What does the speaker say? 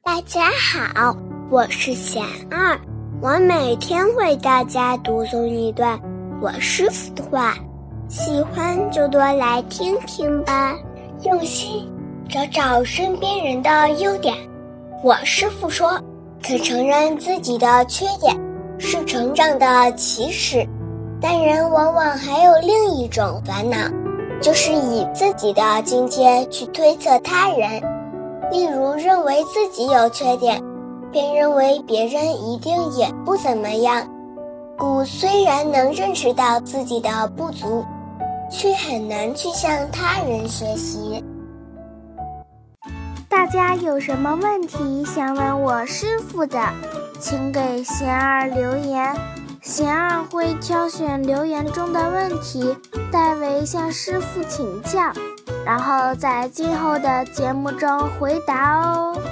大家好，我是贤儿，我每天为大家读诵一段我师父的话，喜欢就多来听听吧。用心找找身边人的优点。我师父说，肯承认自己的缺点是成长的起始，但人往往还有另一种烦恼，就是以自己的境界去推测他人。例如认为自己有缺点，便认为别人一定也不怎么样，故虽然能认识到自己的不足，却很难去向他人学习。 大家有什么问题想问我师父的，请给贤儿留言，贤儿会挑选留言中的问题，代为向师父请教，然后在今后的节目中回答哦。